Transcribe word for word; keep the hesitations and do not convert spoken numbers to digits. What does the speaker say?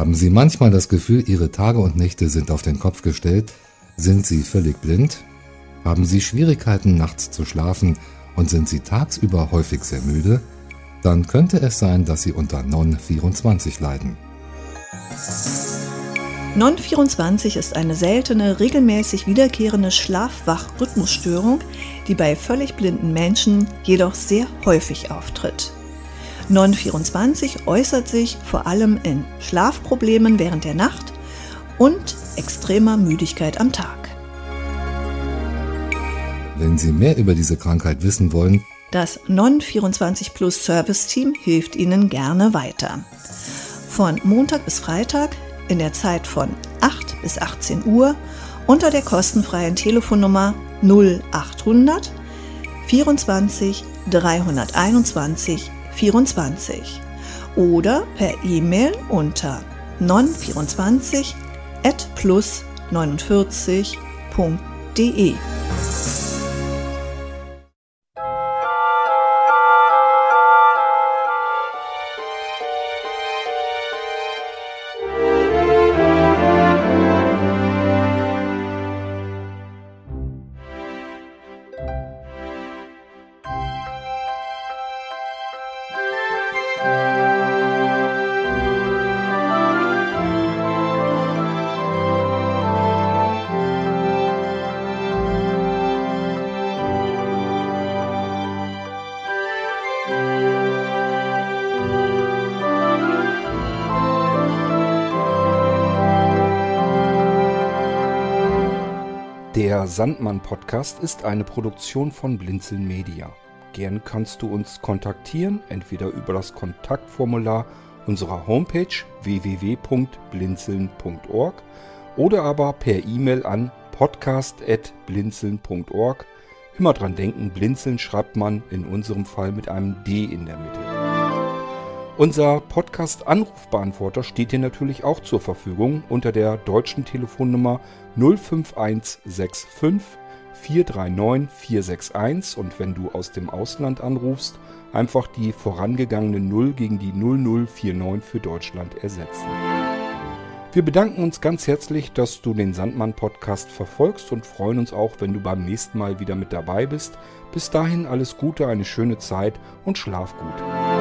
Haben Sie manchmal das Gefühl, Ihre Tage und Nächte sind auf den Kopf gestellt? Sind Sie völlig blind? Haben Sie Schwierigkeiten, nachts zu schlafen und sind Sie tagsüber häufig sehr müde? Dann könnte es sein, dass Sie unter N O N vierundzwanzig leiden. N O N vierundzwanzig ist eine seltene, regelmäßig wiederkehrende Schlaf-Wach-Rhythmusstörung, die bei völlig blinden Menschen jedoch sehr häufig auftritt. N O N vierundzwanzig äußert sich vor allem in Schlafproblemen während der Nacht und extremer Müdigkeit am Tag. Wenn Sie mehr über diese Krankheit wissen wollen, das N O N vierundzwanzig Plus Service Team hilft Ihnen gerne weiter. Von Montag bis Freitag in der Zeit von acht bis achtzehn Uhr unter der kostenfreien Telefonnummer null achthundert vierundzwanzig dreihunderteinundzwanzig vierundzwanzig oder per E-Mail unter n o n vierundzwanzig at plus neunundvierzig punkt de. Der Sandmann-Podcast ist eine Produktion von Blinzeln Media. Gern kannst du uns kontaktieren, entweder über das Kontaktformular unserer Homepage w w w punkt blinzeln punkt org oder aber per E-Mail an podcast at blinzeln punkt org. Immer dran denken, Blinzeln schreibt man in unserem Fall mit einem D in der Mitte. Unser Podcast-Anrufbeantworter steht dir natürlich auch zur Verfügung unter der deutschen Telefonnummer null fünf eins sechs fünf vier drei neun vier sechs eins und wenn du aus dem Ausland anrufst, einfach die vorangegangene null gegen die null null vier neun für Deutschland ersetzen. Wir bedanken uns ganz herzlich, dass du den Sandmann-Podcast verfolgst und freuen uns auch, wenn du beim nächsten Mal wieder mit dabei bist. Bis dahin alles Gute, eine schöne Zeit und schlaf gut.